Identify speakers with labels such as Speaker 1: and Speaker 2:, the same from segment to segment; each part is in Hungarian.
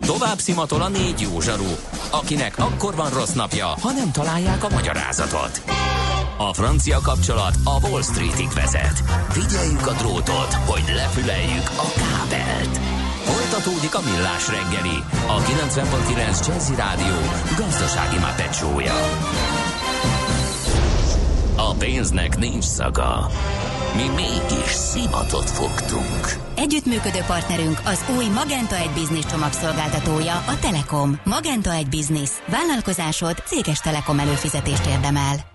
Speaker 1: Tovább szimatol a 4 jó zsaru, akinek akkor van rossz napja, ha nem találják a magyarázatot. A francia kapcsolat a Wall Streetig vezet. Figyeljük a drótot, hogy lefüleljük a kábelt. Folytatódik a Millás reggeli, a 90.9 Jazzy Rádió gazdasági mápecsója. A pénznek nincs szaga. Mi mégis szimatot fogtunk.
Speaker 2: Együttműködő partnerünk az új Magenta 1 Business csomagszolgáltatója, a Telekom. Magenta 1 Business. Vállalkozásod céges Telekom előfizetést érdemel.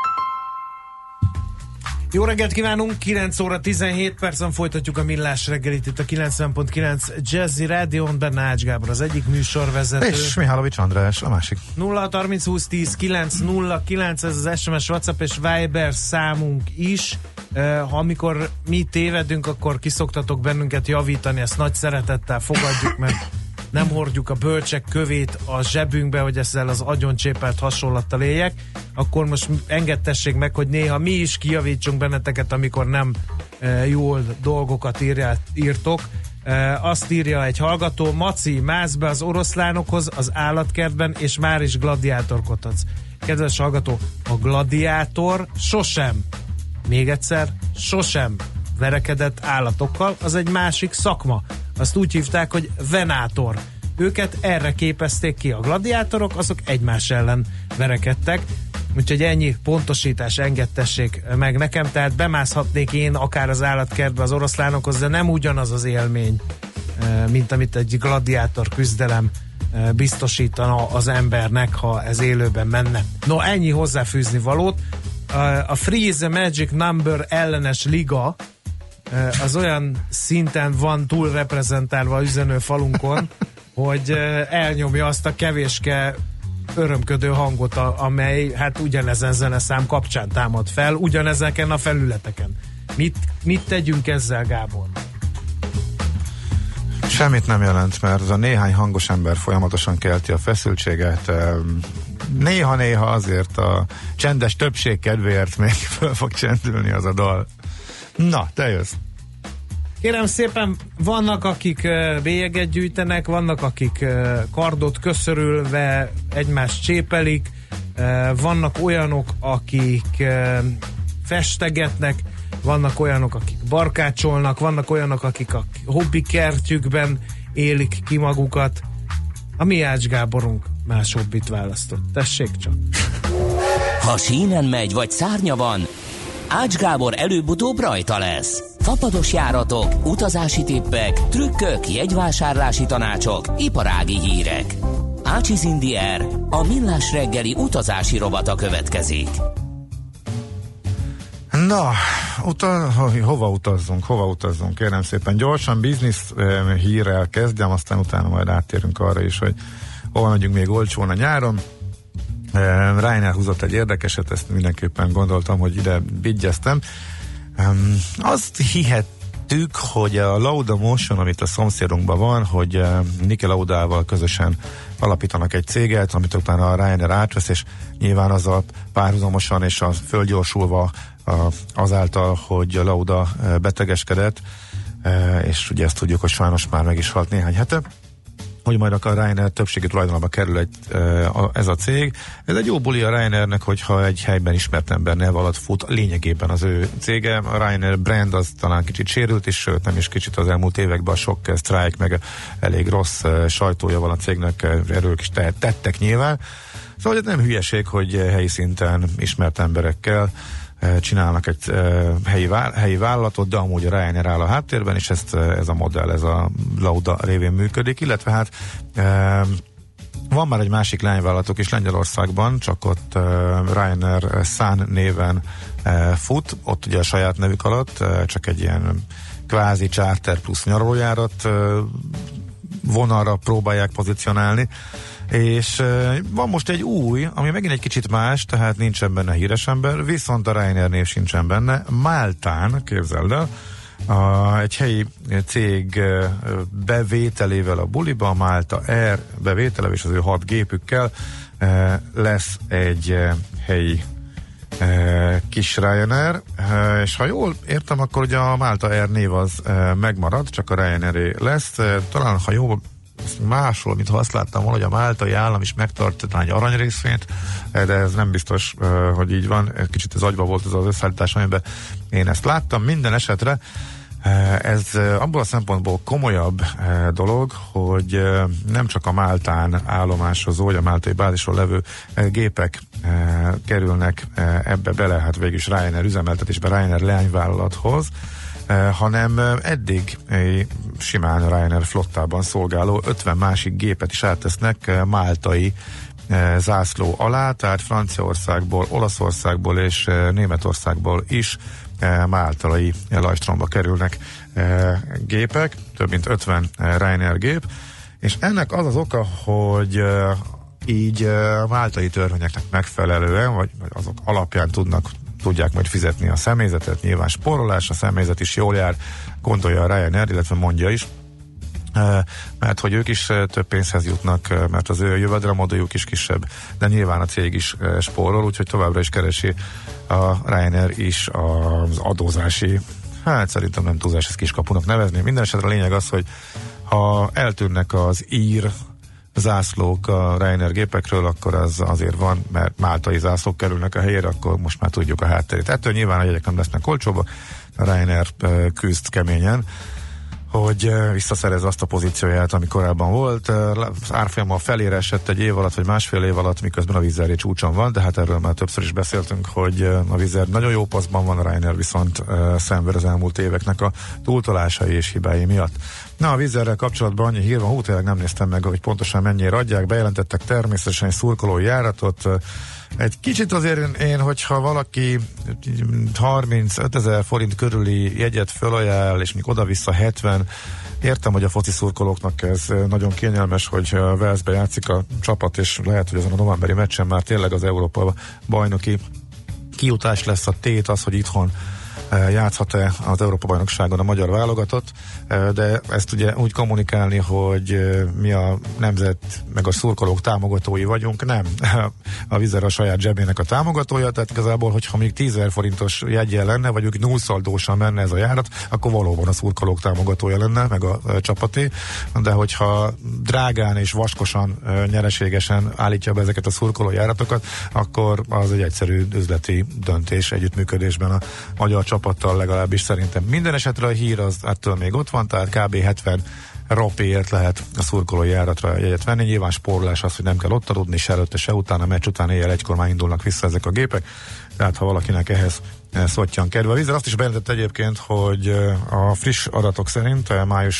Speaker 3: Jó reggelt kívánunk, 9 óra 17 percen folytatjuk a Millás reggelit itt a 90.9 Jazzy Rádión, benne Ács Gábor az egyik műsorvezető.
Speaker 4: És Mihálovics András a másik.
Speaker 3: 0630 20 10 909, ez az SMS, WhatsApp és Viber számunk is. Ha amikor mi tévedünk, akkor kiszoktatok bennünket javítani, ezt nagy szeretettel fogadjuk, mert nem hordjuk a bölcsek kövét a zsebünkbe, hogy ezzel az agyoncsépelt hasonlattal éljek, akkor most engedtessék meg, hogy néha mi is kijavítsunk benneteket, amikor nem jól dolgokat írtok. Azt írja egy hallgató: Maci, mász be az oroszlánokhoz az állatkertben, és már is gladiátorkot adsz. Kedves hallgató, a gladiátor sosem, még egyszer, sosem verekedett állatokkal, az egy másik szakma. Azt úgy hívták, hogy venátor. Őket erre képezték ki. A gladiátorok, azok egymás ellen verekedtek. Úgyhogy ennyi pontosítás, engedtessék meg nekem. Tehát bemászhatnék én akár az állatkertbe az oroszlánokhoz, de nem ugyanaz az élmény, mint amit egy gladiátor küzdelem biztosítana az embernek, ha ez élőben menne. No, ennyi hozzáfűzni valót. A Freeze Magic Number ellenes liga az olyan szinten van túl reprezentálva üzenő falunkon, hogy elnyomja azt a kevéske örömködő hangot, amely hát ugyanezen zeneszám kapcsán támad fel, ugyanezeken a felületeken. Mit tegyünk ezzel, Gábor?
Speaker 4: Semmit nem jelent, mert az a néhány hangos ember folyamatosan kelti a feszültséget. Néha-néha azért a csendes többség kedvéért még föl fog csendülni az a dal. Na, te jössz.
Speaker 3: Kérem szépen, vannak, akik bélyeget gyűjtenek, vannak, akik kardot köszörülve egymást csépelik, vannak olyanok, akik festegetnek, vannak olyanok, akik barkácsolnak, vannak olyanok, akik a hobbi kertjükben élik ki magukat. A mi Ács Gáborunk más hobbit választott. Tessék csak!
Speaker 1: Ha sínen megy, vagy szárnya van, Ács Gábor előbb-utóbb rajta lesz. Fapados járatok, utazási tippek, trükkök, jegyvásárlási tanácsok, iparági hírek. Ácsiz in the Air, a Millás reggeli utazási rovata következik.
Speaker 4: Na, hova utazzunk, kérem szépen. Gyorsan biznisz hírrel kezdjem, aztán utána majd áttérünk arra is, hogy hova megyünk még olcsón a nyáron. Ryanair húzott egy érdekeset, ezt mindenképpen gondoltam, hogy ide vigyeztem. Azt hihettük, hogy a Lauda Motion, amit a szomszédunkban van, hogy Niki Laudával közösen alapítanak egy céget, amit utána a Ryanair átvesz, és nyilván azzal párhuzamosan és a fölgyorsulva azáltal, hogy a Lauda betegeskedett, és ugye ezt tudjuk, hogy sajnos már meg is halt néhány hete, hogy majd a Ryanair többségi tulajdonában kerül ez a cég. Ez egy jó buli a Ryanairnek, hogyha egy helyben ismert ember nev alatt fut lényegében az ő cége. A Ryanair brand az talán kicsit sérült, és sőt nem is kicsit az elmúlt években a sok sztrájk, meg elég rossz sajtója van a cégnek, erről is tettek nyilván. Szóval nem hülyeség, hogy helyi szinten ismert emberekkel csinálnak egy helyi vállalatot, de amúgy a Ryanair áll a háttérben, és ez a modell, ez a Lauda révén működik, illetve hát van már egy másik lányvállalatok is Lengyelországban, csak ott Ryanair Sun néven fut, ott ugye a saját nevük alatt, csak egy ilyen kvázi charter plusz nyaralójárat vonalra próbálják pozícionálni, és van most egy új, ami megint egy kicsit más, tehát nincsen benne híres ember, viszont a Ryanair név sincsen benne. Máltán, képzeld el, egy helyi cég bevételével a buliba, a Malta Air bevétele és az ő 6 gépükkel lesz egy helyi kis Ryanair, és ha jól értem, akkor ugye a Malta Air név az megmarad, csak a Ryanair lesz. Talán, ha jól máshol, mintha azt láttam volna, hogy a máltai állam is megtartja egy aranyrészvényt, de ez nem biztos, hogy így van. Kicsit az agyba volt ez az összeállítás, amiben én ezt láttam. Minden esetre ez abból a szempontból komolyabb dolog, hogy nem csak a Máltán állomásozó, vagy a máltai bázison levő gépek kerülnek ebbe bele, hát végül is Ryanair üzemeltetésbe, Ryanair leányvállalathoz, hanem eddig simán Ryanair flottában szolgáló 50 másik gépet is áttesznek máltai zászló alá, tehát Franciaországból, Olaszországból és Németországból is máltai lajstromba kerülnek gépek, több mint 50 Ryanair gép, és ennek az az oka, hogy így a máltai törvényeknek megfelelően, vagy azok alapján tudják majd fizetni a személyzetet, nyilván spórolás, a személyzet is jól jár, gondolja a Ryanair, illetve mondja is, mert hogy ők is több pénzhez jutnak, mert az ő jövedelemodójuk is kisebb, de nyilván a cég is spórol, úgyhogy továbbra is keresi a Ryanair is az adózási, hát szerintem nem túlzás, ezt kiskapunak nevezni. Minden esetre a lényeg az, hogy ha eltűnnek az ír zászlók a Ryanair gépekről, akkor az azért van, mert máltai zászlók kerülnek a helyére, akkor most már tudjuk a hátterét. Ettől nyilván a jegyek nem lesznek olcsóbbak, a Ryanair küzd keményen, hogy visszaszerez azt a pozícióját, ami korábban volt. Az árfolyama felére esett egy év alatt, vagy másfél év alatt, miközben a Wizz Air csúcson van, de hát erről már többször is beszéltünk, hogy a Wizz Air nagyon jó paszban van, a Ryanair viszont szenved az elmúlt éveknek a túltolásai és hibái miatt. Na, a Wizz Airrel kapcsolatban annyi hír van, tényleg nem néztem meg, hogy pontosan mennyire adják, bejelentettek természetesen egy szurkolói járatot. Egy kicsit azért én, hogyha valaki 35 000 forint körüli jegyet fölajánl, és még oda-vissza 70, értem, hogy a foci szurkolóknak ez nagyon kényelmes, hogy Walesbe játszik a csapat, és lehet, hogy azon a novemberi meccsen már tényleg az Európa bajnoki kijutás lesz a tét, az, hogy itthon játszhat-e az Európa-bajnokságon a magyar válogatott, de ezt ugye úgy kommunikálni, hogy mi a nemzet meg a szurkolók támogatói vagyunk, nem. A Wizz Air a saját zsebének a támogatója, tehát igazából, hogyha még 10 000 forintos jeggyel lenne, vagy ők nullszaldósan menne ez a járat, akkor valóban a szurkolók támogatója lenne, meg a csapaté, de hogyha drágán és vaskosan, nyereségesen állítja be ezeket a szurkoló járatokat, akkor az egy egyszerű üzleti döntés együttműködésben a magyar csapattal, legalábbis szerintem. Minden esetre a hír az ettől még ott van, tehát kb. 70 ropéért lehet a szurkolói járatra jegyet venni. Nyilván spórolás az, hogy nem kell ott aludni, se előtte, se utána, a meccs után éjjel 1-kor már indulnak vissza ezek a gépek, tehát ha valakinek ehhez szottyan kedve. A Wizz Air azt is bejelentett egyébként, hogy a friss adatok szerint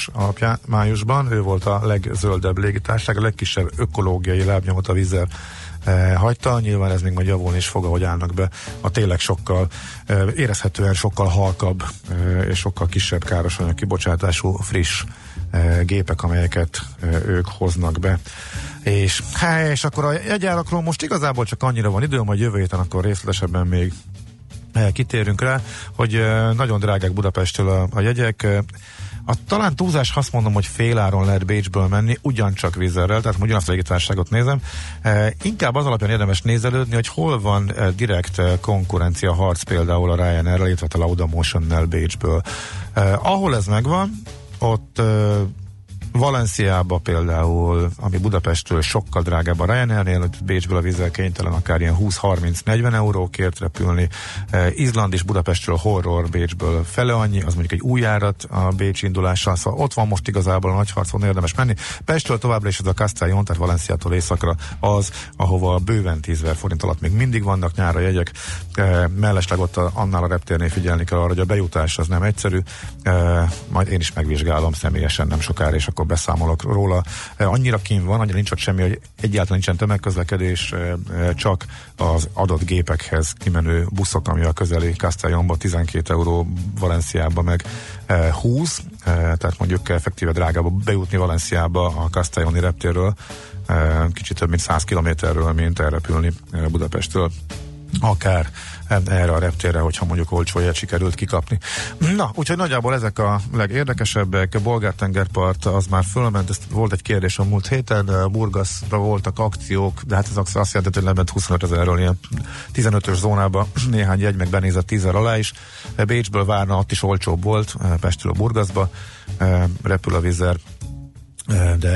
Speaker 4: májusban ő volt a legzöldebb légitársaság, a legkisebb ökológiai lábnyomot a Wizz Air hagyta, nyilván ez még majd javulni is fog, ahogy állnak be a tényleg sokkal érezhetően sokkal halkabb és sokkal kisebb károsanyag kibocsátású friss gépek, amelyeket ők hoznak be. És akkor a jegyárakról most igazából csak annyira van idő, majd jövő héten akkor részletesebben még kitérünk rá, hogy nagyon drágák Budapesttől a jegyek. Talán túlzás, azt mondom, hogy féláron lehet Bécsből menni, ugyancsak Wizz Airrel, tehát ugyanazt a légitársaságot nézem. Inkább az alapján érdemes nézelődni, hogy hol van direkt konkurencia harc például a Ryanairrel, illetve a Laudamotionnel Bécsből. Ahol ez megvan, ott Valenciába például, ami Budapesttől sokkal drágább a Ryanairnél, hogy Bécsből a Wizz Air kénytelen akár ilyen 20-30-40 eurókért repülni. Izland is Budapesttől horror, Bécsből fele annyi, az mondjuk egy új járat a Bécs indulással, szóval ott van most igazából a nagy harcon, érdemes menni. Pestről továbbra is ez a Castellón, tehát Valenciától északra az, ahova bőven 10 000 forint alatt még mindig vannak nyára jegyek. Mellesleg ott annál a reptérnél figyelni kell arra, hogy a bejutás az nem egyszerű. Majd én is megvizsgálom személyesen nem sokára, és akkor beszámolok róla. Annyira kín van, annyira nincs ott semmi, hogy egyáltalán nincsen tömegközlekedés, csak az adott gépekhez kimenő buszok, ami a közeli Castellónba 12 euró, Valenciába meg 20, tehát mondjuk effektíve drágább bejutni Valenciába a Castellóni reptérről, kicsit több mint 100 kilométerről, mint elrepülni Budapesttől. Akár erre a reptérre, hogyha mondjuk olcsó jegyet sikerült kikapni. Na, úgyhogy nagyjából ezek a legérdekesebbek. A Bolgár-tengerpart az már fölment, ez volt egy kérdés a múlt héten, Burgaszra voltak akciók, de hát ez azt jelenti, hogy lement 25 000-ről ilyen 15-ös zónába néhány jegy, meg benézett 10 000 alá is. Bécsből várna, ott is olcsóbb volt, Pestről Burgaszba repül a Wizz Air, de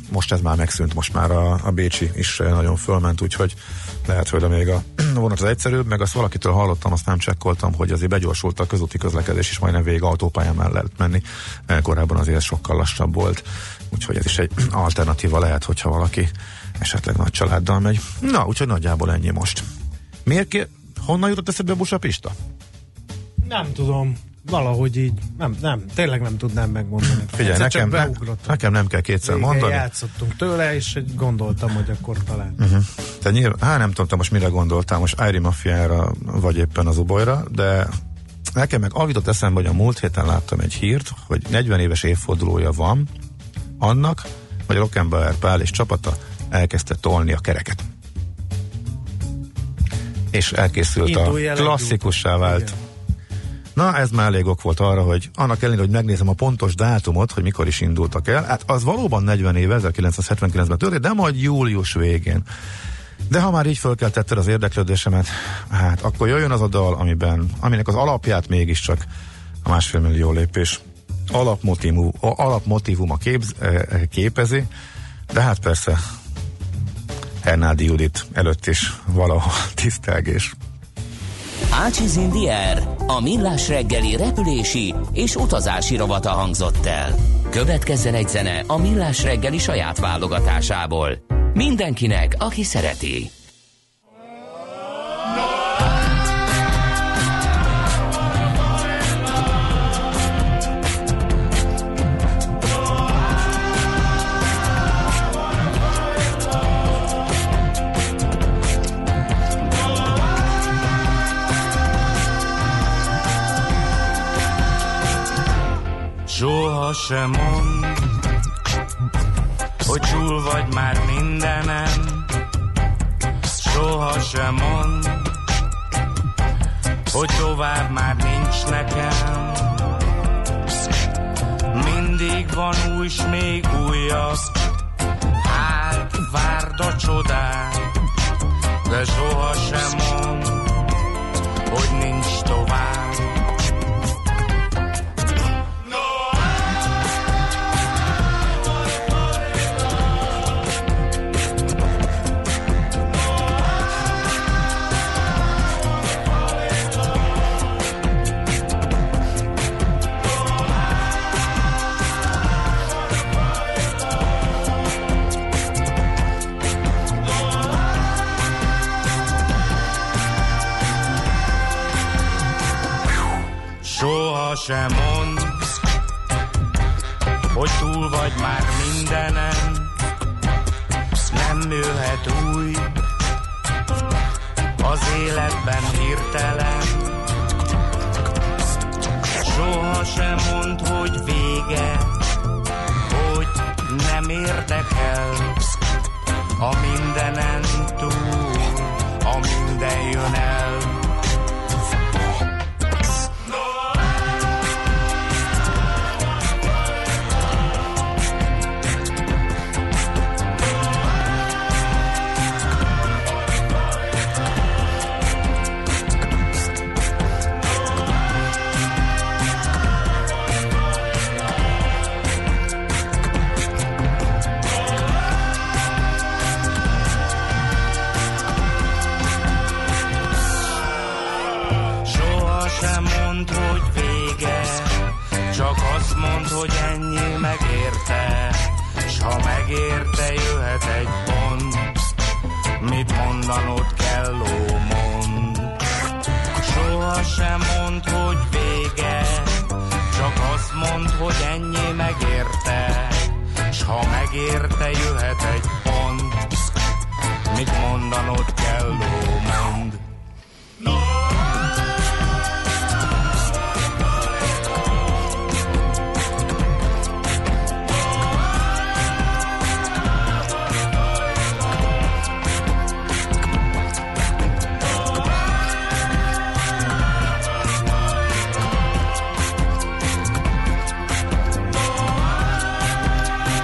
Speaker 4: most ez már megszűnt, most már a bécsi is nagyon fölment, úgyhogy lehet, hogy még a vonat az egyszerűbb, meg azt valakitől hallottam, azt nem csekkoltam, hogy azért begyorsult a közúti közlekedés is, majdnem végig autópályán mellett menni. Korábban azért sokkal lassabb volt, úgyhogy ez is egy alternatíva lehet, hogyha valaki esetleg nagy családdal megy. Na, úgyhogy nagyjából ennyi most. Honnan jutott eszedbe a Busa Pista?
Speaker 3: Nem tudom. Valahogy így, tényleg nem tudnám megmondani.
Speaker 4: Figyelj, nekem nem kell kétszer mondani.
Speaker 3: Játszottunk tőle, és gondoltam, hogy akkor talán.
Speaker 4: Te nem tudom, most mire gondoltál, most Airy Mafiára, vagy éppen az Ubolyra, de nekem meg jutott eszembe, hogy a múlt héten láttam egy hírt, hogy 40 éves évfordulója van annak, hogy a Rockenbauer Pál és csapata elkezdte tolni a kereket. És elkészült klasszikussá vált. Igen. Na, ez már elég ok volt arra, hogy annak ellenére, hogy megnézem a pontos dátumot, hogy mikor is indultak el. Hát az valóban 40 éve, 1979-ben történt, de majd július végén. De ha már így fölkeltetted az érdeklődésemet, hát akkor jöjjön az a dal, aminek az alapját mégiscsak a 1,5 millió lépés alapmotívuma képezi, de hát persze Hernádi Judit előtt is valahol tisztelgés.
Speaker 1: Ácsiz in the Air, a millás reggeli repülési és utazási rovata hangzott el. Következzen egy zene a millás reggeli saját válogatásából. Mindenkinek, aki szereti.
Speaker 5: Soha sem mondd, hogy túl vagy már mindenem. Soha sem mondd, hogy tovább már nincs nekem. Mindig van új, s még újabb, hát várd a csodát, de soha sem mondd, hogy nincs tovább. Sem mondd, hogy túl vagy már mindenen, nem jöhet új az életben hirtelen. Soha sem mondd, hogy vége, hogy nem érdekel a mindenen túl, a minden jön el. Hogy ennyi megérte, s ha megérte, jöhet egy pont, mit mondanod kell, ó, mond. Soha sem mondd, hogy vége, csak azt mondd, hogy ennyi megérte, s ha megérte, jöhet egy pont, mit mondanod kell, ó, mond.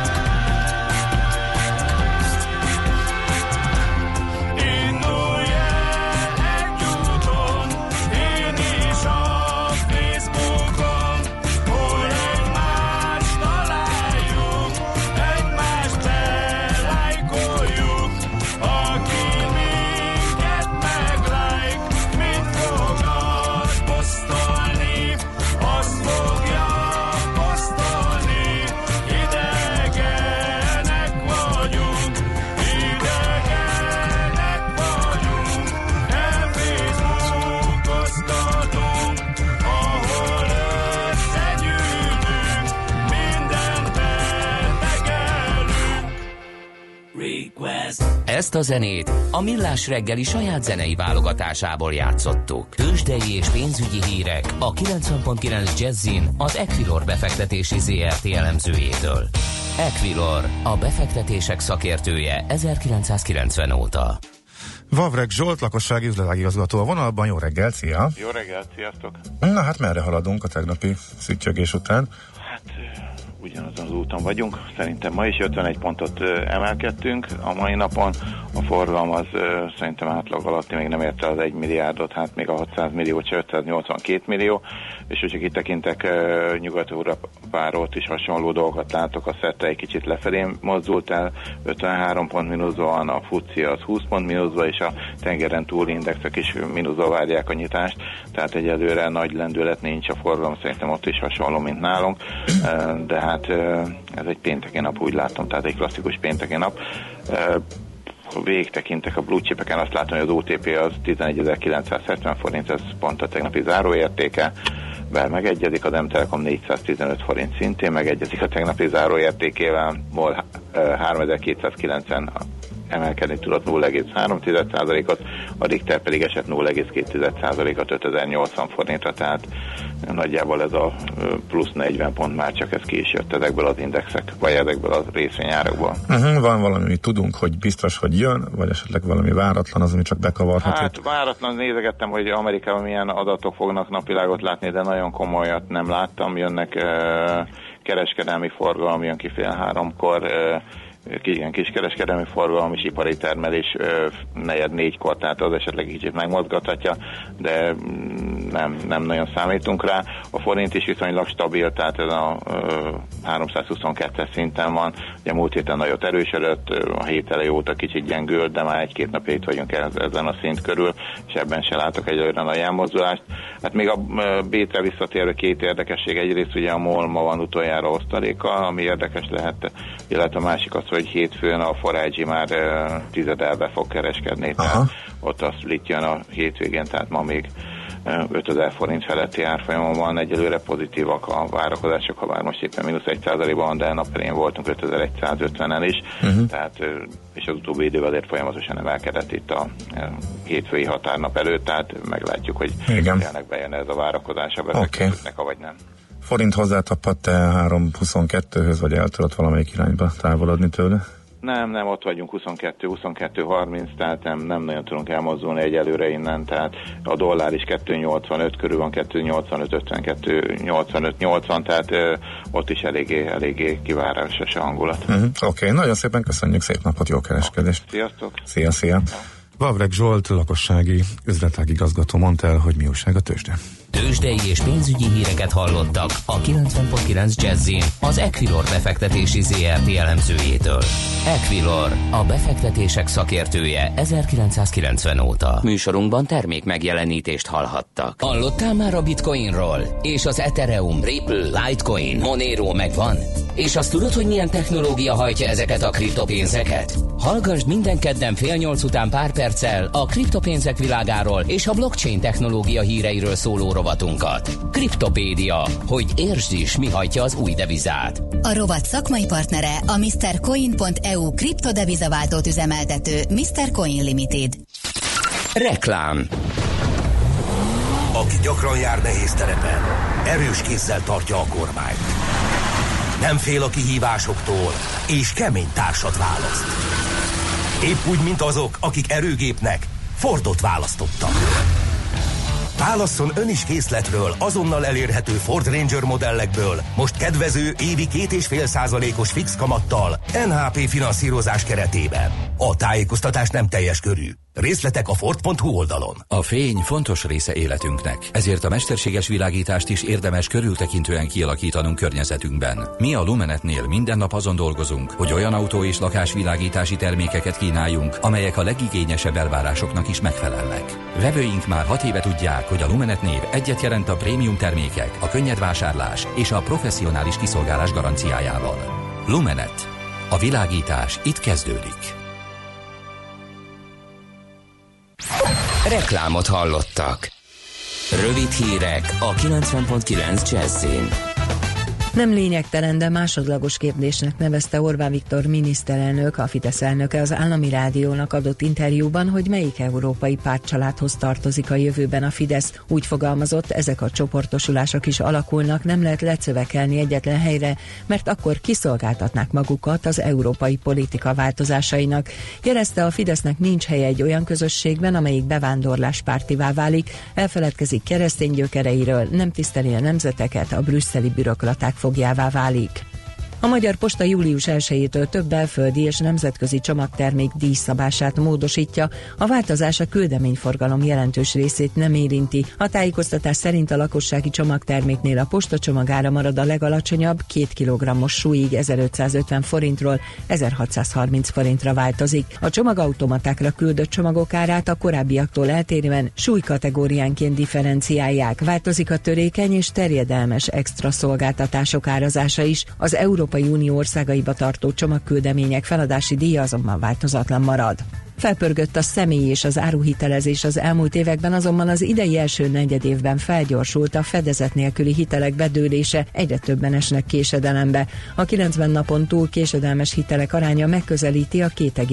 Speaker 6: Indulj el!
Speaker 1: Ezt a zenét a Millás reggeli saját zenei válogatásából játszottuk. Tőzsdei és pénzügyi hírek a 90.9 Jazzin az Equilor befektetési ZRT elemzőjétől. Equilor, a befektetések szakértője 1990 óta.
Speaker 4: Vavreg Zsolt, lakossági üzletágigazgató a vonalban. Jó reggelt, szia!
Speaker 6: Jó reggelt, sziasztok!
Speaker 4: Na hát merre haladunk a tegnapi szüttyögés után?
Speaker 6: Hát ugyanazon az úton vagyunk. Szerintem ma is 51 pontot emelkedtünk a mai napon. A forgalom az szerintem átlag alatti még nem érte az 1 milliárdot, hát még a 600 millió, csak 582 millió. És hogyha kitekintek Nyugat-Európáról is hasonló dolgokat látok, a SZETE egy kicsit lefelé mozdult el, 53 pont mínuszban van, a FTSE az 20 pont mínuszban, és a tengeren túli indexek is mínuszban várják a nyitást, tehát egyelőre nagy lendület nincs a forgalom, szerintem ott is hasonló, mint nálunk, de hát ez egy pénteki nap, úgy látom, tehát egy klasszikus pénteki nap. Végig tekintek a blue chipeken, azt látom, hogy az OTP az 11.970 forint, ez pont a tegnapi záróértéke, bár megegyezik, a DEM Telekom 415 forint szintén megegyezik a tegnapi záróértékével, MOL 3290 emelkedni tudott 0,3%-ot, a Richter pedig esett 0,2%-ot 5080 forintra, tehát nagyjából ez a plusz 40 pont már csak ez ki is jött ezekből az indexek, vagy ezekből a részvényárakból.
Speaker 4: Van valami, amit tudunk, hogy biztos, hogy jön, vagy esetleg valami váratlan, az, ami csak bekavarhat?
Speaker 6: Hát váratlan, nézegettem, hogy Amerikában milyen adatok fognak napvilágot látni, de nagyon komolyat nem láttam, jönnek kereskedelmi forgalom, jön ki 2:30-kor, ilyen kiskereskedelmi forgalom és ipari termelés 4-4-kor, tehát az esetleg kicsit megmozgathatja, de nem nagyon számítunk rá. A forint is viszonylag stabil, tehát ez a 322-es szinten van. Ugye múlt héten nagyot erősödött, a hét elejé óta kicsit gyengült, de már 1-2 napja itt vagyunk ezen a szint körül, és ebben se látok egyelőre nagy elmozdulást. Hát még a B-tre visszatérő két érdekesség, egyrészt ugye a MOL ma van utoljára osztaléka, ami érdekes lehet, illetve a másik az, hogy hétfőn a Forágyi már tizedelbe fog kereskedni, tehát ott az itt jön a hétvégén, tehát ma még 5000 forint feletti árfolyamon van, egyelőre pozitívak a várakozások, ha bár most éppen mínusz 1%-ban van, de napelén voltunk 5150-en is, tehát, és az utóbbi időben azért folyamatosan emelkedett itt a hétfői határnap előtt, tehát meglátjuk, hogy tényleg bejön ez a várakozás a befektetőknek, vagy nem.
Speaker 4: Forint hozzátapadt-e 3.22-höz, vagy el tudott valamelyik irányba távolodni tőle?
Speaker 6: Nem, ott vagyunk 22-30, tehát nem nagyon tudunk elmozdulni egyelőre innen, tehát a dollár is 2.85 körül van, 2.85-50, 2.85-80, tehát ott is eléggé kivárásos a hangulat.
Speaker 4: Oké, nagyon szépen köszönjük, szép napot, jó kereskedést!
Speaker 6: Sziasztok!
Speaker 4: Szia! Vavreg Zsolt, lakossági üzletágigazgató mondta el, hogy mi újság a tőzsdén.
Speaker 1: Tőzsdei és pénzügyi híreket hallottak a 90.9 Jazzin az Equilor befektetési ZRT elemzőjétől. Equilor, a befektetések szakértője 1990 óta. Műsorunkban termék megjelenítést hallhattak. Hallottál már a Bitcoinról? És az Ethereum, Ripple, Litecoin, Monero megvan? És azt tudod, hogy milyen technológia hajtja ezeket a kriptopénzeket? Hallgasd minden kedden 7:30 után pár perccel a kriptopénzek világáról és a blockchain technológia híreiről szóló rovatunkat. Kriptopédia, hogy értsd is, mi hajtja az új devizát.
Speaker 2: A rovat szakmai partnere a MrCoin.eu kriptodevizaváltót üzemeltető Mr. Coin Limited.
Speaker 1: Reklám.
Speaker 7: Aki gyakran jár nehéz terepen, erős kézzel tartja a kormányt. Nem fél a kihívásoktól, és kemény társat választ. Épp úgy, mint azok, akik erőgépnek Fordot választottak. Válasszon ön is készletről azonnal elérhető Ford Ranger modellekből, most kedvező évi 2,5%-os fix kamattal NHP finanszírozás keretében. A tájékoztatás nem teljes körű. Részletek a Ford.hu oldalon.
Speaker 8: A fény fontos része életünknek, ezért a mesterséges világítást is érdemes körültekintően kialakítanunk környezetünkben. Mi a Lumenetnél minden nap azon dolgozunk, hogy olyan autó- és lakásvilágítási termékeket kínáljunk, amelyek a legigényesebb elvárásoknak is megfelelnek. Vevőink már 6 éve tudják, hogy a Lumenet név egyet jelent a prémium termékek, a könnyed vásárlás és a professzionális kiszolgálás garanciájával. Lumenet. A világítás itt kezdődik.
Speaker 1: Reklámot hallottak. Rövid hírek a 90.9 Jazzin.
Speaker 9: Nem lényegtelen, de másodlagos kérdésnek nevezte Orbán Viktor miniszterelnök, a Fidesz elnöke az Állami Rádiónak adott interjúban, hogy melyik európai pártcsaládhoz tartozik a jövőben a Fidesz. Úgy fogalmazott, ezek a csoportosulások is alakulnak, nem lehet lecövekelni egyetlen helyre, mert akkor kiszolgáltatnák magukat az európai politika változásainak. Jelezte, a Fidesznek nincs helye egy olyan közösségben, amelyik bevándorláspártivá válik, elfeledkezik keresztény gyökereiről, nem tiszteli a nemzeteket, a brüsszeli bürokraták fogjává válik. A Magyar Posta július 1-től több belföldi és nemzetközi csomagtermék díjszabását módosítja. A változás a küldeményforgalom jelentős részét nem érinti. A tájékoztatás szerint a lakossági csomagterméknél a postacsomagára marad a legalacsonyabb, 2 kg-os súlyig 1550 forintról 1630 forintra változik. A csomagautomatákra küldött csomagok árát a korábbiaktól eltérően súlykategóriánként differenciálják. Változik a törékeny és terjedelmes extra szolgáltatások árazása is. Az Európai Unió országaiba tartó csomagküldemények feladási díja azonban változatlan marad. Felpörgött a személy és az áruhitelezés az elmúlt években, azonban az idei első negyedévben felgyorsult a fedezet nélküli hitelek bedőlése, egyre többen esnek késedelembe. A 90 napon túl késedelmes hitelek aránya megközelíti a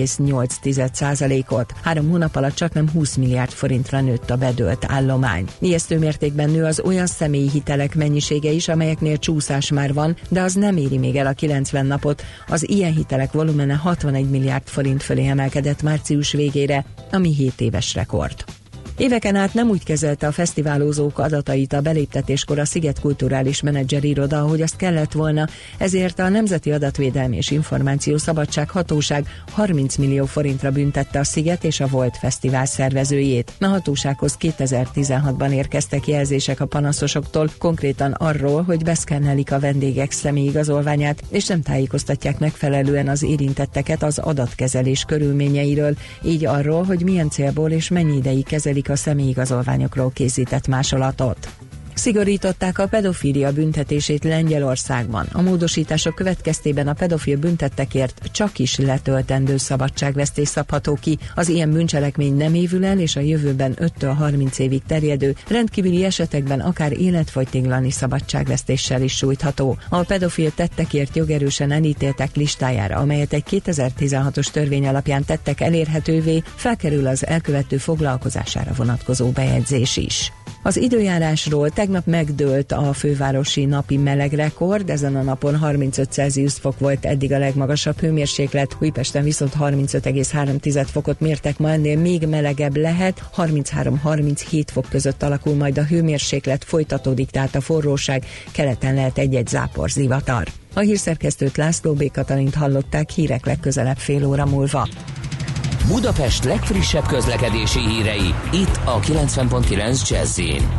Speaker 9: 2,8%-ot. 3 hónap alatt csaknem 20 milliárd forintra nőtt a bedőlt állomány. Ijesztő mértékben nő az olyan személyi hitelek mennyisége is, amelyeknél csúszás már van, de az nem éri még el a 90 napot. Az ilyen hitelek volumene 61 milliárd forint fölé emelkedett március végére, ami 7 éves rekord. Éveken át nem úgy kezelte a fesztiválozók adatait a beléptetéskor a Sziget Kulturális Menedzser Iroda, ahogy azt kellett volna, ezért a Nemzeti Adatvédelmi és Információszabadság Hatóság 30 millió forintra büntette a Sziget és a Volt Fesztivál szervezőjét. A hatósághoz 2016-ban érkeztek jelzések a panaszosoktól, konkrétan arról, hogy beszkennelik a vendégek személyigazolványát, és nem tájékoztatják megfelelően az érintetteket az adatkezelés körülményeiről, így arról, hogy milyen célból és mennyi ideig kezelik a személyigazolványokról készített másolatot. Szigorították a pedofília büntetését Lengyelországban. A módosítások következtében a pedofil büntettekért csak is letöltendő szabadságvesztés szabható ki. Az ilyen bűncselekmény nem évül el, és a jövőben 5-től 30 évig terjedő, rendkívüli esetekben akár életfogytiglani szabadságvesztéssel is sújtható. A pedofil tettekért jogerősen elítéltek listájára, amelyet egy 2016-os törvény alapján tettek elérhetővé, felkerül az elkövető foglalkozására vonatkozó bejegyzés is. Az időjárásról: tegnap megdőlt a fővárosi napi melegrekord, ezen a napon 35 Celsius fok volt eddig a legmagasabb hőmérséklet, Újpesten viszont 35,3 fokot mértek, ma ennél még melegebb lehet, 33-37 fok között alakul majd a hőmérséklet, folytatódik tehát a forróság, keleten lehet egy-egy záporzivatar. A hírszerkesztőt, László B. Katalint hallották, hírek legközelebb fél óra múlva.
Speaker 1: Budapest legfrissebb közlekedési hírei, itt a 90.9 Jazz-in.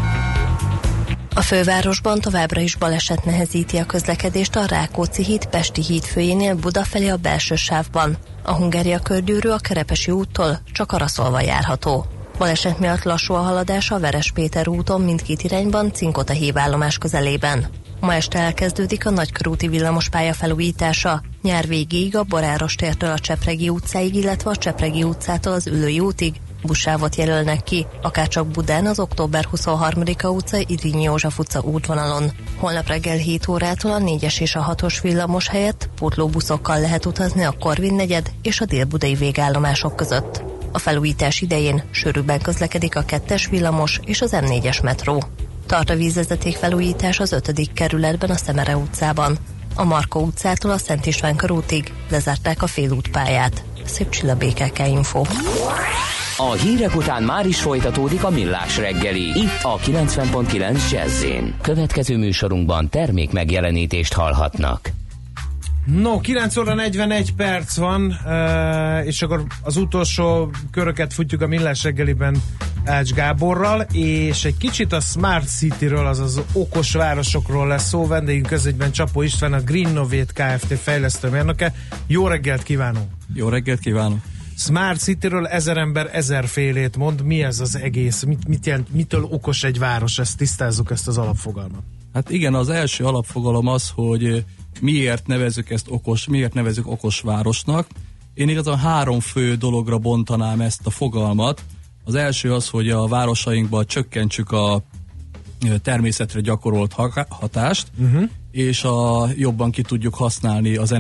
Speaker 10: A fővárosban továbbra is baleset nehezíti a közlekedést a Rákóczi híd Pesti híd főjénél Buda felé a belső sávban. A Hungária körgyűrű a Kerepesi úttól csak araszolva járható. Baleset miatt lassú a haladás a Veres Péter úton mindkét irányban Cinkota hívállomás közelében. Ma este elkezdődik a Nagykörúti villamospálya felújítása. Nyár végéig a Boráros tértől a Csepregi utcáig, illetve a Csepregi utcától az Üllői útig buszsávot jelölnek ki, akárcsak Budán az Október 23-a utca, Irényi József utca útvonalon. Holnap reggel 7 órától a 4-es és a 6-os villamos helyett pótlóbuszokkal lehet utazni a Korvin negyed és a délbudai végállomások között. A felújítás idején sűrűbben közlekedik a 2-es villamos és az M4-es metró. Tart a vízvezeték felújítás az 5. kerületben a Szemere utcában. A Markó utcától a Szent István körútig lezárták a félútpályát. Szép Csilla, BKK Info.
Speaker 1: A hírek után már is folytatódik a Millás reggeli, itt a 90.9 Jazz-in. Következő műsorunkban termék megjelenítést hallhatnak.
Speaker 3: No, 9 óra 41 perc van, és akkor az utolsó köröket futjuk a Millás reggeliben Ács Gáborral, és egy kicsit a Smart City-ről, azaz okos városokról lesz szó. Vendégünk közöttben Csapó István, a Greennovate Kft. Fejlesztőmérnöke. Jó reggelt kívánunk!
Speaker 11: Jó reggelt kívánok!
Speaker 3: Smart City-ről 1000 ember 1000 félét mond. Mi ez az egész? Mit jelent? Mitől okos egy város? Ezt tisztázzuk, ezt az alapfogalmat.
Speaker 11: Hát igen, az első alapfogalom az, hogy miért nevezzük okos városnak. Én igazán 3 fő dologra bontanám ezt a fogalmat. Az első az, hogy a városainkban csökkentsük a természetre gyakorolt hatást, és jobban ki tudjuk használni az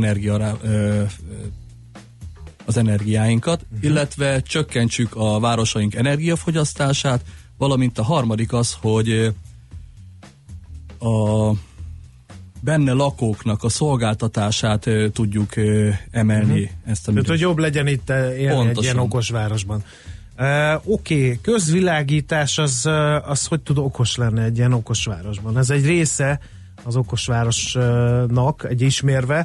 Speaker 11: energiáinkat, illetve csökkentsük a városaink energiafogyasztását, valamint a harmadik az, hogy a benne lakóknak a szolgáltatását tudjuk emelni. Ezt a
Speaker 3: tehát, hogy jobb legyen itt élni egy ilyen okos városban. Oké, közvilágítás az hogy tud okos lenni egy ilyen okos városban? Ez egy része az okosvárosnak, egy ismérve.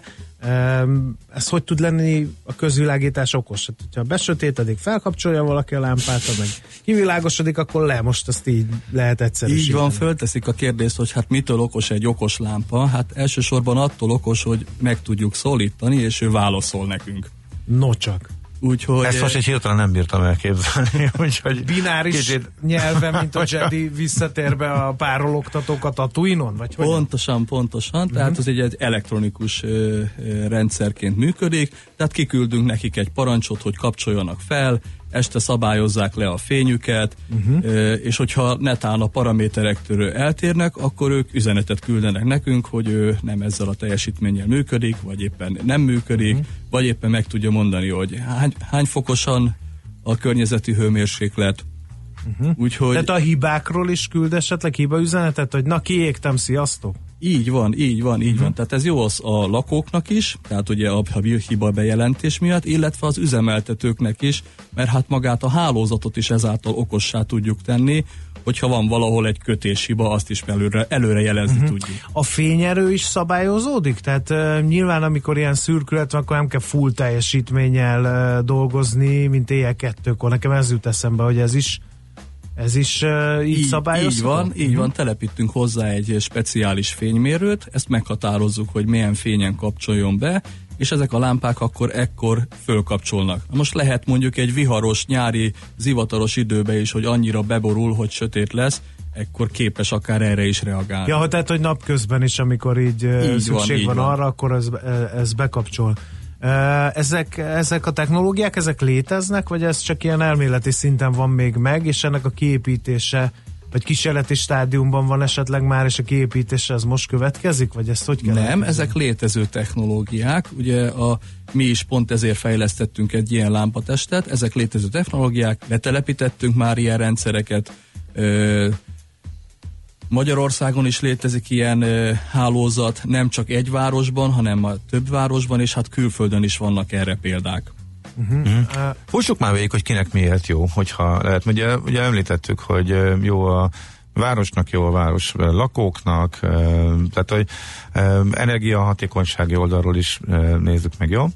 Speaker 3: Ez hogy tud lenni a közvilágítás okos? Hát, hogyha besötétedik, felkapcsolja valaki a lámpát, meg kivilágosodik, akkor most ezt így lehet egyszerűsíteni.
Speaker 11: Így van, fölteszik a kérdést, hogy hát mitől okos egy okos lámpa? Hát elsősorban attól okos, hogy meg tudjuk szólítani, és ő válaszol nekünk.
Speaker 3: Nocsak.
Speaker 4: Úgyhogy ezt most egy hirtelen nem bírtam elképzelni. Úgyhogy
Speaker 3: bináris nyelven, mint a Jedi visszatér be a párologtatók a Tatooine-on? Vagy
Speaker 11: pontosan. Tehát ez egy elektronikus rendszerként működik, tehát kiküldünk nekik egy parancsot, hogy kapcsoljanak fel, este szabályozzák le a fényüket, és hogyha netán a paraméterektől eltérnek, akkor ők üzenetet küldenek nekünk, hogy ő nem ezzel a teljesítménnyel működik, vagy éppen nem működik, vagy éppen meg tudja mondani, hogy hány fokosan a környezeti hőmérséklet. Úgyhogy...
Speaker 3: Tehát a hibákról is küld esetleg hibaüzenetet, hogy na kiégtem, sziasztok?
Speaker 11: Így van. Tehát ez jó az a lakóknak is, tehát ugye a hiba bejelentés miatt, illetve az üzemeltetőknek is, mert hát magát a hálózatot is ezáltal okossá tudjuk tenni, hogyha van valahol egy kötéshiba, azt is előre jelezni tudjuk.
Speaker 3: A fényerő is szabályozódik? Tehát nyilván amikor ilyen szürkület van, akkor nem kell full teljesítménnyel dolgozni, mint éjjel 2-kor. Nekem ez jut eszembe, hogy ez is így szabályozható?
Speaker 11: Így van, telepítünk hozzá egy speciális fénymérőt, ezt meghatározzuk, hogy milyen fényen kapcsoljon be, és ezek a lámpák ekkor fölkapcsolnak. Most lehet mondjuk egy viharos, nyári, zivataros időben is, hogy annyira beborul, hogy sötét lesz, ekkor képes akár erre is reagálni.
Speaker 3: Ja, tehát, hogy napközben is, amikor így szükség van arra, akkor ez bekapcsol. Ezek a technológiák, ezek léteznek, vagy ez csak ilyen elméleti szinten van még meg, és ennek a kiépítése, vagy kísérleti stádiumban van esetleg már, és a kiépítése az most következik, vagy ezt hogy kell?
Speaker 11: Nem, ezek létező technológiák, ugye mi is pont ezért fejlesztettünk egy ilyen lámpatestet, ezek létező technológiák, letelepítettünk már ilyen rendszereket, Magyarországon is létezik ilyen hálózat, nem csak egy városban, hanem több városban, és hát külföldön is vannak erre példák.
Speaker 4: Fussuk már végig, hogy kinek miért jó, hogyha lehet. Ugye említettük, hogy jó a városnak, jó a város lakóknak, tehát hogy energiahatékonysági oldalról is nézzük meg, jó?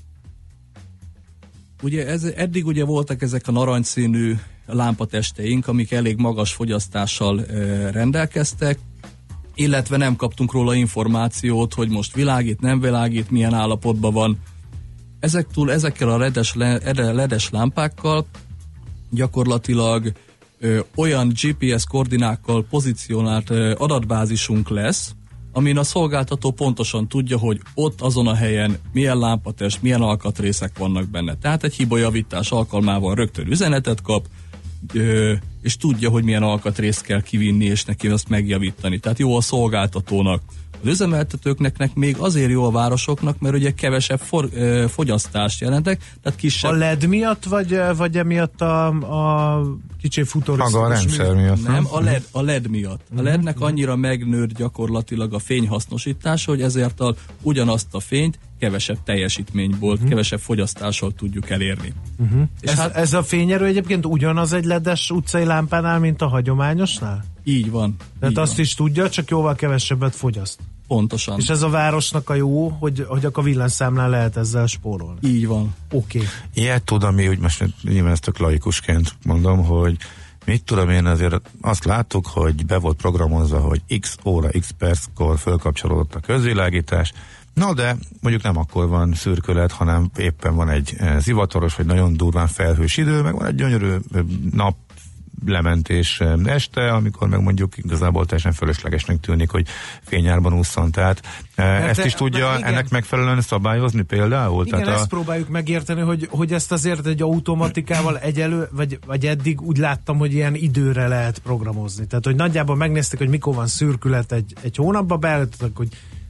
Speaker 11: Ugye eddig ugye voltak ezek a narancsszínű lámpatesteink, amik elég magas fogyasztással rendelkeztek, illetve nem kaptunk róla információt, hogy most világít, nem világít, milyen állapotban van. Ezekkel a ledes lámpákkal gyakorlatilag olyan GPS koordinákkal pozícionált adatbázisunk lesz, amin a szolgáltató pontosan tudja, hogy ott azon a helyen milyen lámpatest, milyen alkatrészek vannak benne. Tehát egy hibajavítás alkalmával rögtön üzenetet kap, és tudja, hogy milyen alkatrészt kell kivinni, és neki azt megjavítani. Tehát jó a szolgáltatónak. Az üzemeltetőknek még azért jó a városoknak, mert ugye kevesebb fogyasztást jelentek, tehát kisebb...
Speaker 3: A LED miatt, vagy emiatt a kicsi futurisztikus...
Speaker 4: Maga a rendszer miatt.
Speaker 11: Nem, a LED miatt. A LED-nek annyira megnőtt gyakorlatilag a fényhasznosítása, hogy ezért ugyanazt a fényt kevesebb teljesítményból, kevesebb fogyasztással tudjuk elérni.
Speaker 3: És ez a fényerő egyébként ugyanaz egy ledes utcai lámpánál, mint a hagyományosnál?
Speaker 11: Így van.
Speaker 3: Tehát azt is tudja, csak jóval kevesebbet fogyaszt.
Speaker 11: Pontosan.
Speaker 3: És ez a városnak a jó, hogy a villanyszámlán lehet ezzel spórolni.
Speaker 11: Így van.
Speaker 3: Oké.
Speaker 4: Ilyet tudom, úgy most nyilván ezt tök laikusként mondom, hogy mit tudom én, azért azt láttuk, hogy be volt programozva, hogy x óra, x perckor fölkapcsolódott a közvilágítás. Na de mondjuk nem akkor van szürkület, hanem éppen van egy zivataros, vagy nagyon durván felhős idő, meg van egy gyönyörű nap lementés este, amikor meg mondjuk igazából teljesen fölöslegesnek tűnik, hogy fényárban ússzon. Tehát ezt is tudja ennek megfelelően szabályozni például?
Speaker 3: Igen,
Speaker 4: tehát
Speaker 3: ezt próbáljuk megérteni, hogy ezt azért egy automatikával vagy eddig úgy láttam, hogy ilyen időre lehet programozni. Tehát, hogy nagyjából megnézték, hogy mikor van szürkület egy hónapban, beállítottak, hogy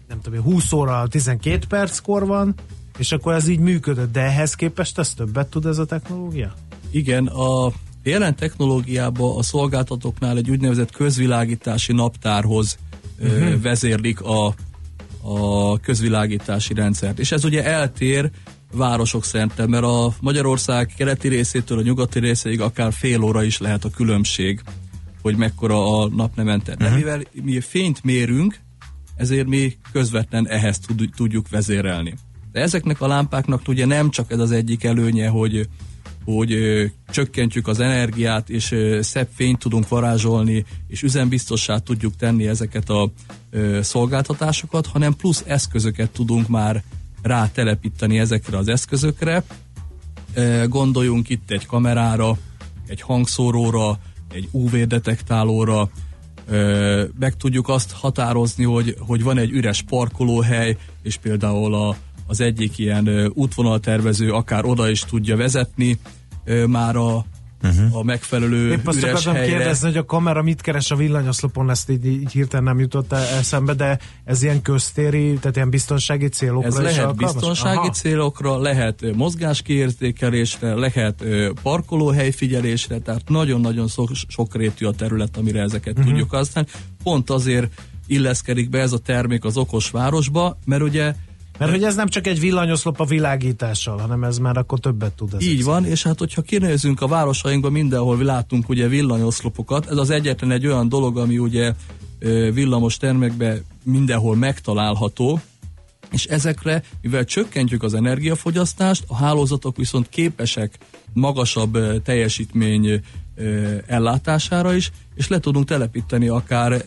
Speaker 3: nem tudom, 20 óra 12 perckor van, és akkor ez így működött, de ehhez képest ez többet tud ez a technológia?
Speaker 11: Igen, a jelen technológiában a szolgáltatóknál egy úgynevezett közvilágítási naptárhoz vezérlik a közvilágítási rendszert. És ez ugye eltér városok szerte, mert a Magyarország keleti részétől a nyugati részéig akár fél óra is lehet a különbség, hogy mekkora a naplemente. De mivel mi fényt mérünk, ezért mi közvetlen ehhez tudjuk vezérelni. De ezeknek a lámpáknak ugye nem csak ez az egyik előnye, hogy csökkentjük az energiát, és szebb fényt tudunk varázsolni, és üzembiztossá tudjuk tenni ezeket a szolgáltatásokat, hanem plusz eszközöket tudunk már rátelepíteni ezekre az eszközökre. Gondoljunk itt egy kamerára, egy hangszóróra, egy UV-detektálóra, meg tudjuk azt határozni, hogy van egy üres parkolóhely, és például az egyik ilyen útvonaltervező akár oda is tudja vezetni már a megfelelő
Speaker 3: épp azt
Speaker 11: üres helyre.
Speaker 3: Kérdezni, hogy a kamera mit keres a villanyoszlopon, ezt így hirtelen nem jutott eszembe, de ez ilyen köztéri, tehát ilyen biztonsági célokra
Speaker 11: ez
Speaker 3: is
Speaker 11: lehet
Speaker 3: alkalmas?
Speaker 11: biztonsági célokra, lehet mozgáskiérzékelésre, lehet parkolóhely figyelésre, tehát nagyon-nagyon sokrétű a terület, amire ezeket tudjuk használni. Pont azért illeszkedik be ez a termék az okos városba, mert ugye
Speaker 3: mert hogy ez nem csak egy villanyoszlop a világítással, hanem ez már akkor többet tud.
Speaker 11: Így van, és hát hogyha kinézünk a városainkban, mindenhol látunk ugye villanyoszlopokat, ez az egyetlen egy olyan dolog, ami ugye villamos termékben mindenhol megtalálható, és ezekre, mivel csökkentjük az energiafogyasztást, a hálózatok viszont képesek magasabb teljesítmény ellátására is, és le tudunk telepíteni akár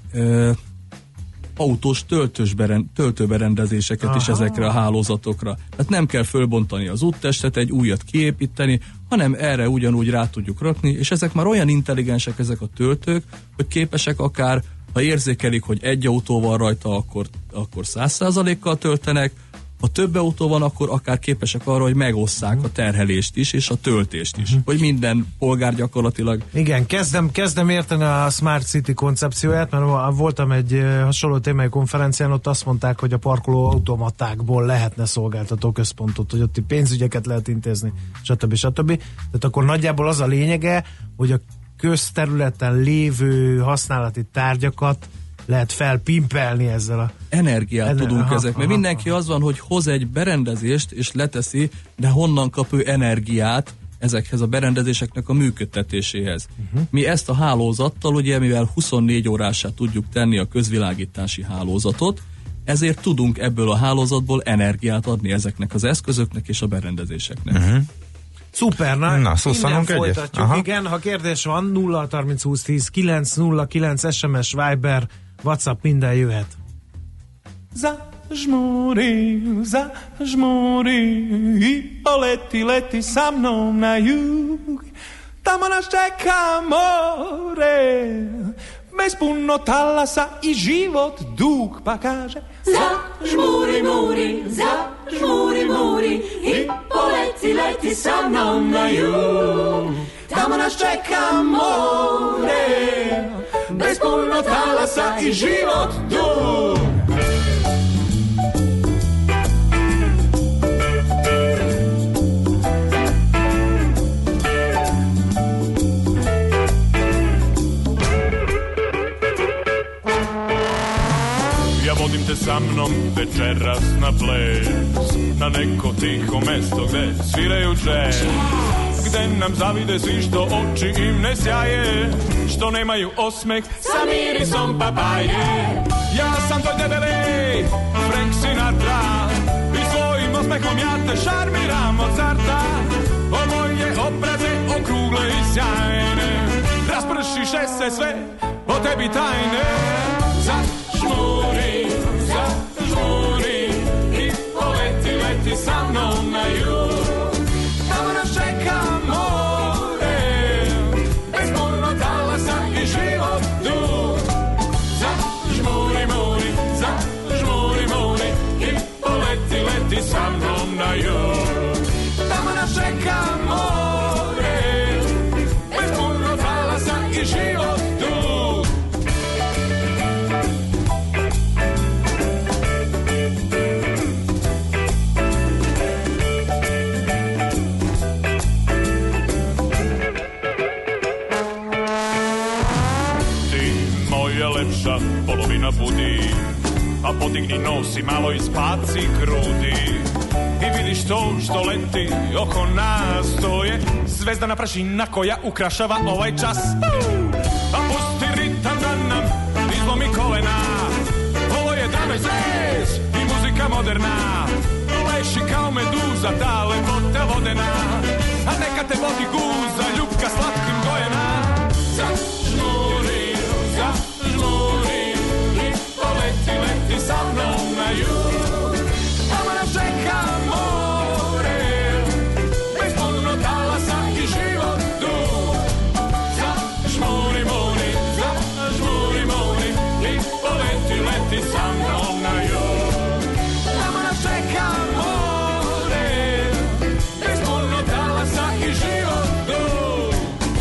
Speaker 11: autós töltőberendezéseket is ezekre a hálózatokra. Tehát nem kell fölbontani az úttestet, egy újat kiépíteni, hanem erre ugyanúgy rá tudjuk rakni, és ezek már olyan intelligensek ezek a töltők, hogy képesek akár, ha érzékelik, hogy egy autó van rajta, akkor 100%-kal töltenek, ha több autó van, akkor akár képesek arra, hogy megosszák a terhelést is, és a töltést is. Hogy minden polgár gyakorlatilag...
Speaker 3: Igen, kezdem érteni a Smart City koncepcióját, mert voltam egy hasonló témai konferencián, ott azt mondták, hogy a parkoló automatákból lehetne szolgáltató központot, hogy ott pénzügyeket lehet intézni, stb. Tehát akkor nagyjából az a lényege, hogy a közterületen lévő használati tárgyakat lehet felpimpelni ezzel a...
Speaker 11: Energiát tudunk ezek, mert mindenki az van, hogy hoz egy berendezést és leteszi, de honnan kap ő energiát ezekhez a berendezéseknek a működtetéséhez. Mi ezt a hálózattal, ugye, mivel 24 órásá tudjuk tenni a közvilágítási hálózatot, ezért tudunk ebből a hálózatból energiát adni ezeknek az eszközöknek és a berendezéseknek.
Speaker 3: Szuper,
Speaker 4: na szószalunk
Speaker 3: folytatjuk. Igen, ha kérdés van, 0 30 20 10 909 SMS, Viber, WhatsApp, minden jöhet. Zažmuri i leti sa mnom na jug, tamo nas čeka more, bez puno talasa i život dug, pa kaže zažmuri i leti sa mnom na jug, tamo nas čeka more, bez puno talasa i život dug.
Speaker 12: Vodim te sa mnom večeras na ples, na neko tiho mesto gde sviraju džez, gde nam zavide svi što oči im ne sjaje, što nemaju osmeh sa mirisom papaje. Ja sam tvoj debeli Frank Sinatra i svojim osmehom ja te šarmiram od carta. O moje obraze okrugle i sjajne, raspršiše se sve o tebi tajne. Zažmuri i leti sa mnom na jug, tamo nas čeka more, bez puno talasa i život dug. Zažmuri i leti sa mnom na jug, tamo nas čeka more, bez puno talasa i život dug. nabudi, a podigni nos i malo ispaci grudi. I vidiš to što leti oko nas, to je zvezdana prašina koja ukrašava ovaj čas. A pusti ritam da nam izlomi kolena, ovo je drum and bass i muzika moderna. Leši kao meduza, ta lepota vodena, a neka te vodi guza, ljubka slatkim gojena. Zažmuri i poleti, leti sa mnom na jug. Tamo nas čeka more, bez puno talasa i život dug. Zažmuri i poleti, leti sa mnom na jug. Tamo nas čeka more, bez puno talasa i život dug.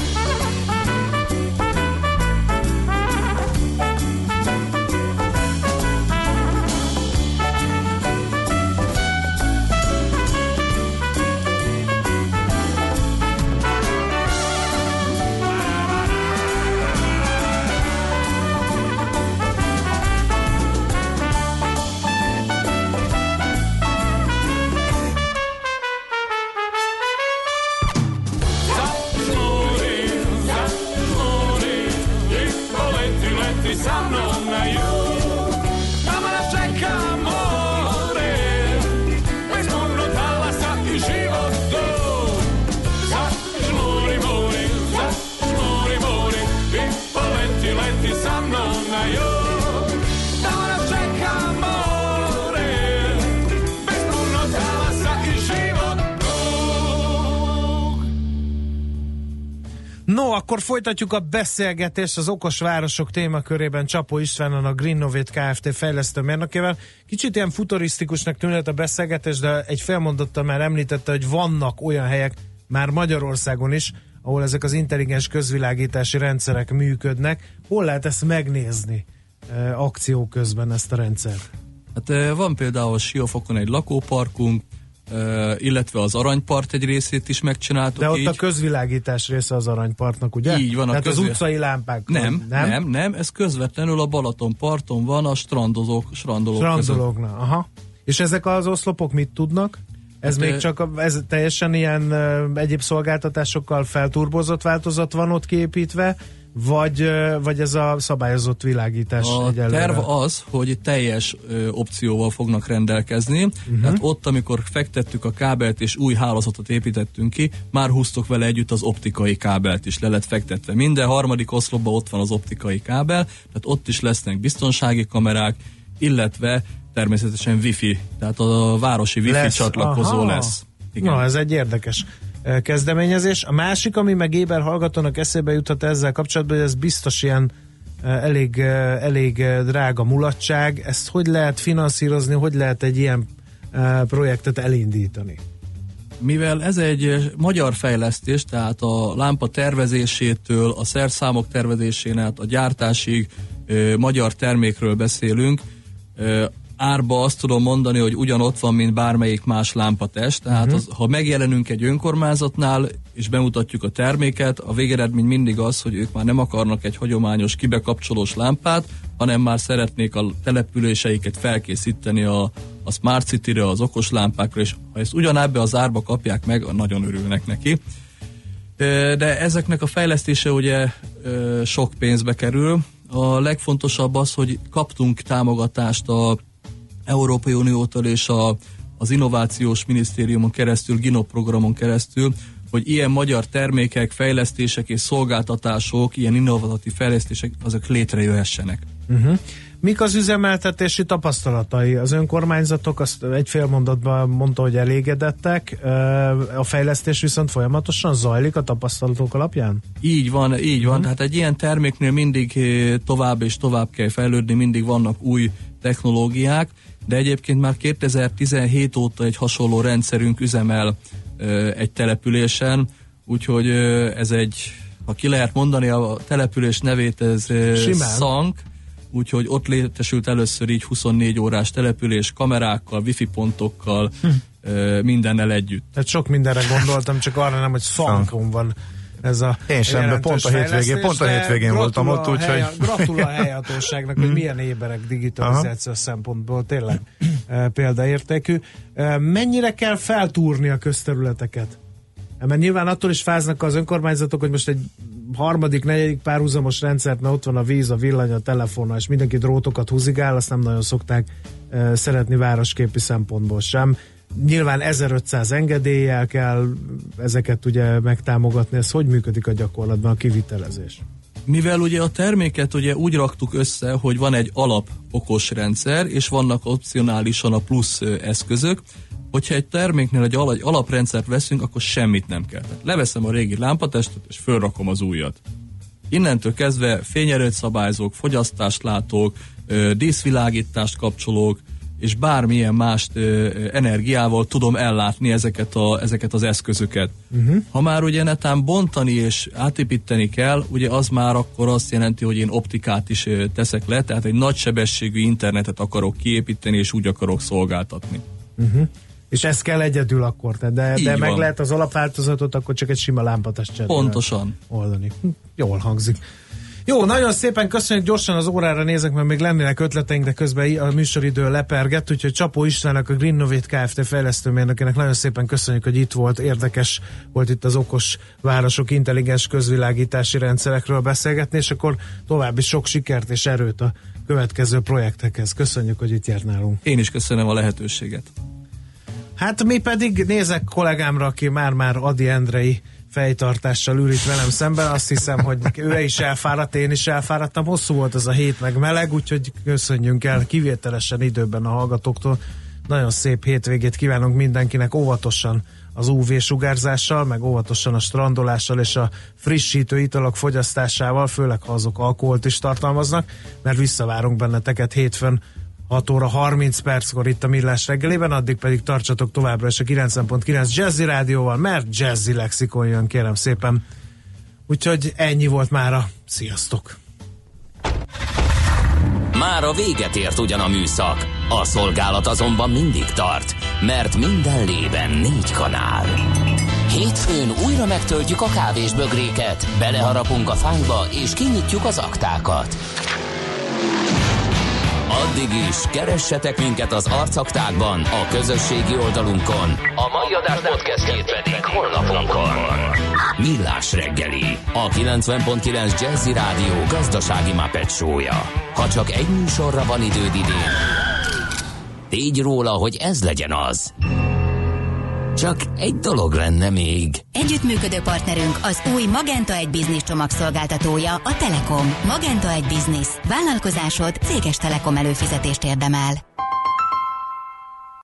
Speaker 12: Sa mnom na jug, tamo nas čeka more, bez puno talasa i život dug. Zažmuri i poleti, leti sa mnom na jug, tamo nas čeka more, bez puno talasa i život dug.
Speaker 3: No, akkor folytatjuk a beszélgetést az okos városok témakörében Csapó Istvánnal, a Greennovate Kft. Fejlesztő mérnökével. Kicsit ilyen futurisztikusnak tűnhet a beszélgetés, de egy félmondattal már említette, hogy vannak olyan helyek, már Magyarországon is, ahol ezek az intelligens közvilágítási rendszerek működnek. Hol lehet ezt megnézni akció közben, ezt a rendszert?
Speaker 11: Hát van például Siófokon egy lakóparkunk, illetve az Aranypart egy részét is megcsináltuk.
Speaker 3: De ott
Speaker 11: így.
Speaker 3: a közvilágítás része az Aranypartnak, ugye?
Speaker 11: Így van.
Speaker 3: Tehát az utcai lámpák.
Speaker 11: Nem, ez közvetlenül a Balatonparton van, a strandolók között.
Speaker 3: Aha. És ezek az oszlopok mit tudnak? Ez még csak ez teljesen ilyen egyéb szolgáltatásokkal felturbozott változat van ott kiépítve, vagy ez a szabályozott világítás egyelőre?
Speaker 11: A terv az, hogy teljes opcióval fognak rendelkezni. Tehát ott, amikor fektettük a kábelt és új hálózatot építettünk ki, már húztuk vele együtt az optikai kábelt is, le lett fektetve. Minden harmadik oszlopban ott van az optikai kábel, tehát ott is lesznek biztonsági kamerák, illetve természetesen wifi, tehát a városi wifi csatlakozó lesz.
Speaker 3: Igen. Na, ez egy érdekes kezdeményezés. A másik, ami meg éber hallgatónak eszébe juthat ezzel kapcsolatban, hogy ez biztos ilyen elég drága mulatság. Ezt hogy lehet finanszírozni, hogy lehet egy ilyen projektet elindítani?
Speaker 11: Mivel ez egy magyar fejlesztés, tehát a lámpa tervezésétől, a szerszámok tervezésén át a gyártásig magyar termékről beszélünk, árba azt tudom mondani, hogy ugyanott van, mint bármelyik más lámpatest, tehát ha megjelenünk egy önkormányzatnál, és bemutatjuk a terméket, a végeredmény mindig az, hogy ők már nem akarnak egy hagyományos kibekapcsolós lámpát, hanem már szeretnék a településeiket felkészíteni a Smart City-re, az okos lámpákra, és ha ezt ugyanebbe az árba kapják meg, nagyon örülnek neki. De ezeknek a fejlesztése ugye sok pénzbe kerül. A legfontosabb az, hogy kaptunk támogatást a Európai Uniótól és az Innovációs Minisztériumon keresztül, GINO programon keresztül, hogy ilyen magyar termékek, fejlesztések és szolgáltatások, ilyen innovatív fejlesztések, azok létrejöhessenek.
Speaker 3: Mik az üzemeltetési tapasztalatai? Az önkormányzatok azt egy fél mondatban mondta, hogy elégedettek, a fejlesztés viszont folyamatosan zajlik a tapasztalatok alapján?
Speaker 11: Így van. Tehát egy ilyen terméknél mindig tovább és tovább kell fejlődni, mindig vannak új technológiák, de egyébként már 2017 óta egy hasonló rendszerünk üzemel egy településen, úgyhogy ez egy, ha ki lehet mondani a település nevét, ez Szank, úgyhogy ott létesült először így 24 órás település kamerákkal, wifi pontokkal, mindennel együtt.
Speaker 3: Tehát sok mindenre gondoltam, csak arra nem, hogy Szankon van ez a
Speaker 4: én sem, pont a hétvégén voltam ott, úgyhogy...
Speaker 3: Gratulál a helyhatóságnak, hogy milyen éberek digitalizációs szempontból, tényleg példaértékű. Mennyire kell feltúrni a közterületeket? Mert nyilván attól is fáznak az önkormányzatok, hogy most egy harmadik, negyedik párhuzamos rendszert, mert ott van a víz, a villany, a telefon, és mindenki drótokat húzigál, azt nem nagyon szokták szeretni városképi szempontból sem. Nyilván 1500 engedéllyel kell ezeket ugye megtámogatni. Ez hogy működik a gyakorlatban a kivitelezés?
Speaker 11: Mivel ugye a terméket ugye úgy raktuk össze, hogy van egy alap okos rendszer, és vannak opcionálisan a plusz eszközök, hogyha egy terméknél egy alaprendszert veszünk, akkor semmit nem kell. Tehát leveszem a régi lámpatestet, és fölrakom az újat. Innentől kezdve fényerőt szabályzók, fogyasztáslátók, díszvilágítást kapcsolók, és bármilyen más energiával tudom ellátni ezeket az eszközöket. Ha már ugye netán bontani és átépíteni kell, ugye az már akkor azt jelenti, hogy én optikát is teszek le, tehát egy nagysebességű internetet akarok kiépíteni, és úgy akarok szolgáltatni.
Speaker 3: És ez kell egyedül akkor, de meg lehet az alapváltozatot, akkor csak egy sima lámpatest cserélni.
Speaker 11: Pontosan.
Speaker 3: Oldani. Jól hangzik. Jó, nagyon szépen köszönjük, gyorsan az órára nézek, mert még lennének ötleteink, de közben a műsoridő lepergett, úgyhogy Csapó Istvánnak, a Greennovate Kft. Fejlesztőmérnökének nagyon szépen köszönjük, hogy itt volt, érdekes volt itt az okos városok, intelligens közvilágítási rendszerekről beszélgetni, és akkor további sok sikert és erőt a következő projektekhez. Köszönjük, hogy itt járt nálunk.
Speaker 11: Én is köszönöm a lehetőséget.
Speaker 3: Hát mi pedig nézek kollégámra, aki már Ady Endrei fejtartással ül itt velem szemben, azt hiszem, hogy ő is elfáradt, én is elfáradtam, hosszú volt ez a hét, meg meleg, úgyhogy köszönjünk el kivételesen időben a hallgatóktól. Nagyon szép hétvégét kívánunk mindenkinek, óvatosan az UV-sugárzással, meg óvatosan a strandolással és a frissítő italok fogyasztásával, főleg ha azok alkoholt is tartalmaznak, mert visszavárunk benneteket hétfőn 6 óra 30 perckor itt a Millás reggelében, addig pedig tartsatok továbbra is a 90.9 Jazzy Rádióval, mert Jazzy Lexikon jön, kérem szépen. Úgyhogy ennyi volt mára. Sziasztok!
Speaker 1: Már a véget ért ugyan a műszak, a szolgálat azonban mindig tart, mert minden lében 4 kanál. Hétfőn újra megtöltjük a kávésbögréket, beleharapunk a fányba és kinyitjuk az aktákat. Addig is keressetek minket az arcaktákban, a közösségi oldalunkon, a mai adás podcastjét pedig honlapunkon. Millás reggeli, a 90.9 Jazzy Rádió gazdasági Muppet show-ja. Ha csak egy műsorra van időd idén, tégy róla, hogy ez legyen az. Csak egy dolog lenne még.
Speaker 2: Együttműködő partnerünk az új Magenta 1 Business csomagszolgáltatója, a Telekom. Magenta 1 Business. Vállalkozásod céges Telekom előfizetést érdemel.